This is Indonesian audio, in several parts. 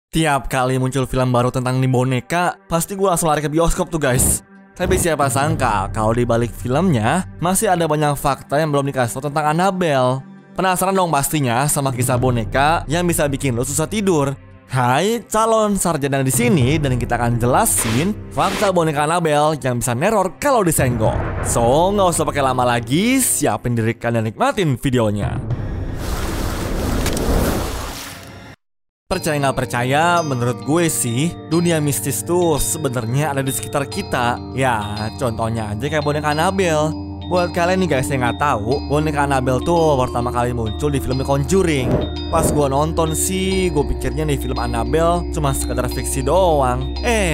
Tiap kali muncul film baru tentang nih boneka, pasti gue langsung lari ke bioskop tuh guys. Tapi siapa sangka kalau di balik filmnya masih ada banyak fakta yang belum dikasih tau tentang Annabelle. Penasaran dong pastinya sama kisah boneka yang bisa bikin lo susah tidur. Hai, calon sarjana di sini dan kita akan jelasin fakta boneka Annabelle yang bisa neror kalau disenggol. So, nggak usah pakai lama lagi, siapin diri kalian dan nikmatin videonya. Percaya nggak percaya, menurut gue sih dunia mistis tuh sebenarnya ada di sekitar kita. Ya, contohnya aja kayak boneka Annabelle. Buat kalian nih guys yang nggak tahu, boneka Annabelle tuh pertama kali muncul di film The Conjuring. Pas gue nonton sih, gue pikirnya nih film Annabelle cuma sekedar fiksi doang.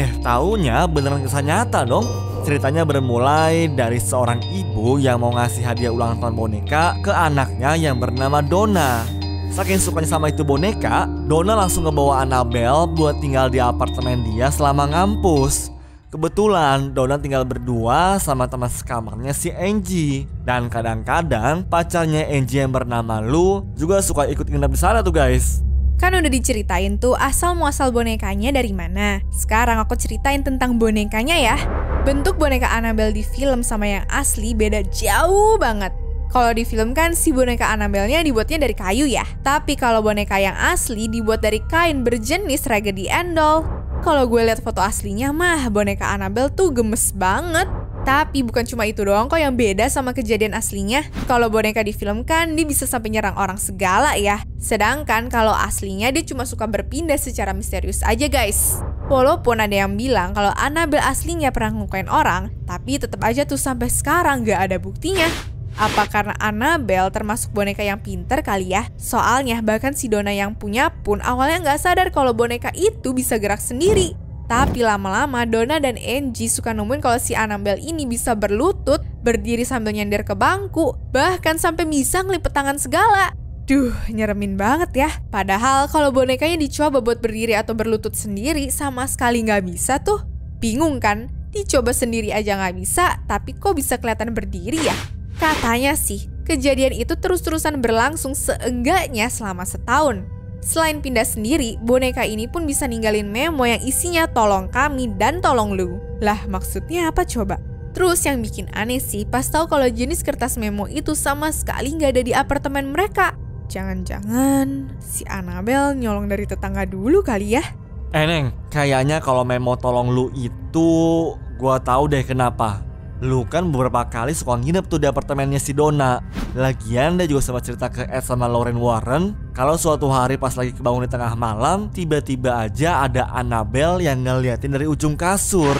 Taunya beneran kisah nyata dong. Ceritanya bermulai dari seorang ibu yang mau ngasih hadiah ulang tahun boneka ke anaknya yang bernama Donna. Saking sukanya sama itu boneka, Donna langsung ngebawa Annabelle buat tinggal di apartemen dia selama ngampus. Kebetulan Donna tinggal berdua sama teman sekamarnya si Angie. Dan kadang-kadang pacarnya Angie yang bernama Lou juga suka ikut nginep di sana tuh guys. Kan udah diceritain tuh asal-muasal bonekanya dari mana. Sekarang aku ceritain tentang bonekanya ya. Bentuk boneka Annabelle di film sama yang asli beda jauh banget. Kalau di film kan si boneka Annabelle-nya dibuatnya dari kayu ya. Tapi kalau boneka yang asli dibuat dari kain berjenis Raggedy Ann doll. Kalau gue lihat foto aslinya mah boneka Annabelle tuh gemes banget. Tapi bukan cuma itu doang kok yang beda sama kejadian aslinya. Kalau boneka di film kan dia bisa sampai nyerang orang segala ya. Sedangkan kalau aslinya dia cuma suka berpindah secara misterius aja guys. Walaupun ada yang bilang kalau Annabelle aslinya pernah ngelukain orang, tapi tetap aja tuh sampai sekarang gak ada buktinya. Apa karena Annabelle termasuk boneka yang pinter kali ya? Soalnya bahkan si Donna yang punya pun awalnya nggak sadar kalau boneka itu bisa gerak sendiri. Tapi lama-lama Donna dan Angie suka nemuin kalau si Annabelle ini bisa berlutut, berdiri sambil nyender ke bangku, bahkan sampai bisa ngelipet tangan segala. Duh, nyeremin banget ya. Padahal kalau bonekanya dicoba buat berdiri atau berlutut sendiri sama sekali nggak bisa tuh. Bingung kan? Dicoba sendiri aja nggak bisa, tapi kok bisa kelihatan berdiri ya? Katanya sih, kejadian itu terus-terusan berlangsung seenggaknya selama setahun. Selain pindah sendiri, boneka ini pun bisa ninggalin memo yang isinya tolong kami dan tolong lu. Lah maksudnya apa coba? Terus yang bikin aneh sih, pas tahu kalau jenis kertas memo itu sama sekali nggak ada di apartemen mereka. Jangan-jangan si Annabelle nyolong dari tetangga dulu kali ya? Neng, kayaknya kalau memo tolong lu itu gua tahu deh kenapa. Lu kan beberapa kali suka nginep tuh di apartemennya si Donna. Lagian dia juga sempat cerita ke Ed sama Lauren Warren kalau suatu hari pas lagi kebangun di tengah malam, tiba-tiba aja ada Annabelle yang ngeliatin dari ujung kasur.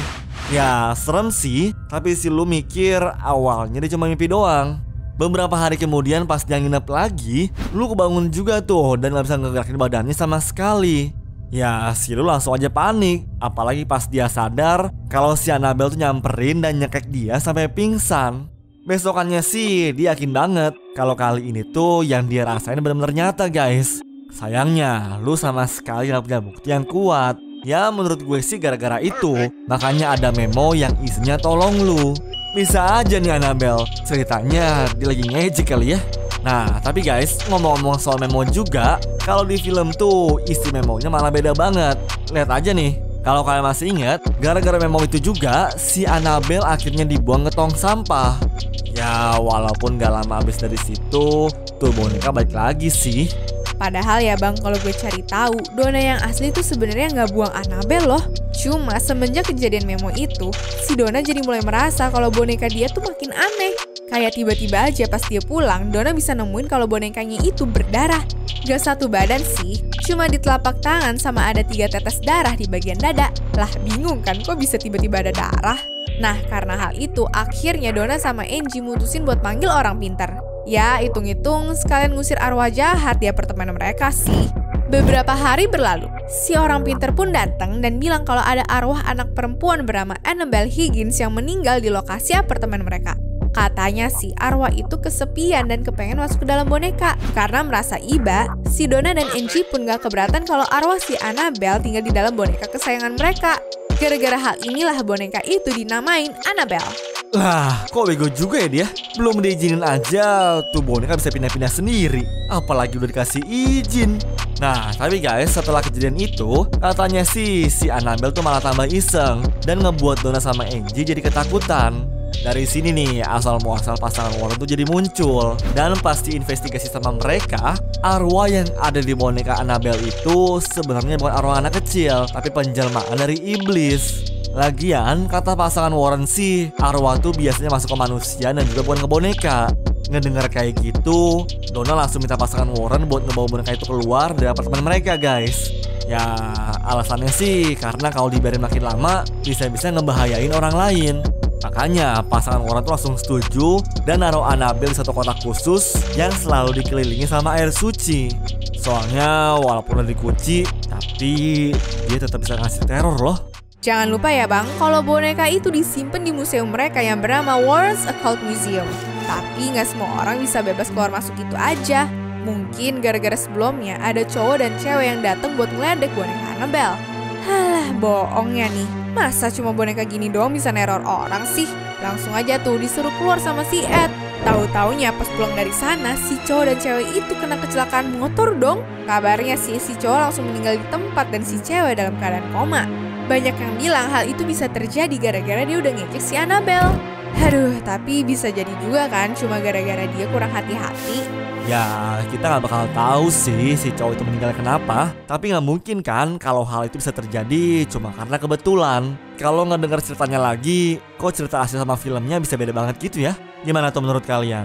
Ya serem sih, tapi si lu mikir awalnya dia cuma mimpi doang. Beberapa hari kemudian pas dia nginep lagi, lu kebangun juga tuh dan gak bisa ngegerakin badannya sama sekali. Ya si lu langsung aja panik, apalagi pas dia sadar kalau si Annabelle tuh nyamperin dan nyekek dia sampai pingsan. Besokannya sih dia yakin banget kalau kali ini tuh yang dia rasain benar-benar nyata guys. Sayangnya lu sama sekali gak punya bukti yang kuat. Ya menurut gue sih gara-gara itu makanya ada memo yang isinya tolong lu. Bisa aja nih Annabelle ceritanya dia lagi ngejek kali ya. Nah tapi guys, ngomong-ngomong soal memo juga, kalau di film tuh isi memonya malah beda banget. Lihat aja nih, kalau kalian masih ingat, gara-gara memo itu juga si Annabelle akhirnya dibuang ke tong sampah. Ya walaupun gak lama habis dari situ, tuh boneka balik lagi sih. Padahal ya bang, kalau gue cari tahu, Donna yang asli tuh sebenarnya nggak buang Annabelle loh. Cuma semenjak kejadian memo itu, si Donna jadi mulai merasa kalau boneka dia tuh makin aneh. Kayak tiba-tiba aja pas dia pulang, Donna bisa nemuin kalau bonekanya itu berdarah. Gak satu badan sih, cuma di telapak tangan sama ada 3 tetes darah di bagian dada. Lah bingung kan kok bisa tiba-tiba ada darah? Nah karena hal itu, akhirnya Donna sama Angie mutusin buat panggil orang pintar. Ya hitung-hitung sekalian ngusir arwah jahat di apartemen mereka sih. Beberapa hari berlalu, si orang pintar pun datang dan bilang kalau ada arwah anak perempuan bernama Annabelle Higgins yang meninggal di lokasi apartemen mereka. Katanya sih arwah itu kesepian dan kepengen masuk ke dalam boneka. Karena merasa iba, si Donna dan Angie pun gak keberatan kalau arwah si Annabelle tinggal di dalam boneka kesayangan mereka. Gara-gara hal inilah boneka itu dinamain Annabelle. Lah, kok bego juga ya dia? Belum diizinin aja, tuh boneka bisa pindah-pindah sendiri. Apalagi udah dikasih izin. Nah, tapi guys, setelah kejadian itu, katanya sih si Annabelle tuh malah tambah iseng dan ngebuat Donna sama Angie jadi ketakutan. Dari sini nih, asal muasal pasangan Warren tuh jadi muncul. Dan pasti investigasi sama mereka, arwah yang ada di boneka Annabelle itu sebenarnya bukan arwah anak kecil, tapi penjelmaan dari iblis. Lagian, kata pasangan Warren sih, arwah tuh biasanya masuk ke manusia dan juga bukan ke boneka. Ngedengar kayak gitu, Donna langsung minta pasangan Warren buat ngebawa boneka itu keluar dari apartemen mereka, guys. Ya, alasannya sih karena kalau dibiarin makin lama, bisa-bisa ngebahayain orang lain. Makanya pasangan Warren tuh langsung setuju dan naruh Annabelle di satu kotak khusus yang selalu dikelilingi sama air suci. Soalnya walaupun udah dikunci, tapi dia tetap bisa ngasih teror loh. Jangan lupa ya bang, kalau boneka itu disimpan di museum mereka yang bernama Warren's Occult Museum. Tapi nggak semua orang bisa bebas keluar masuk itu aja. Mungkin gara-gara sebelumnya ada cowok dan cewek yang datang buat ngeledek boneka Annabelle. Halah, bohongnya nih. Masa cuma boneka gini doang bisa neror orang sih? Langsung aja tuh disuruh keluar sama si Ed. Tahu-taunya pas pulang dari sana, si cowok dan cewek itu kena kecelakaan motor dong. Kabarnya sih si cowok langsung meninggal di tempat dan si cewek dalam keadaan koma. Banyak yang bilang hal itu bisa terjadi gara-gara dia udah ngejek si Annabelle. Aduh, tapi bisa jadi juga kan cuma gara-gara dia kurang hati-hati. Ya, kita nggak bakal tahu sih si cowok itu meninggal kenapa. Tapi nggak mungkin kan kalau hal itu bisa terjadi cuma karena kebetulan. Kalau ngedenger ceritanya lagi, kok cerita asli sama filmnya bisa beda banget gitu ya? Gimana tuh menurut kalian?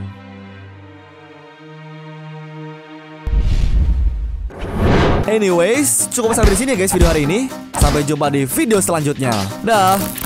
Anyways, cukup sampai di sini ya guys video hari ini. Sampai jumpa di video selanjutnya. Dah.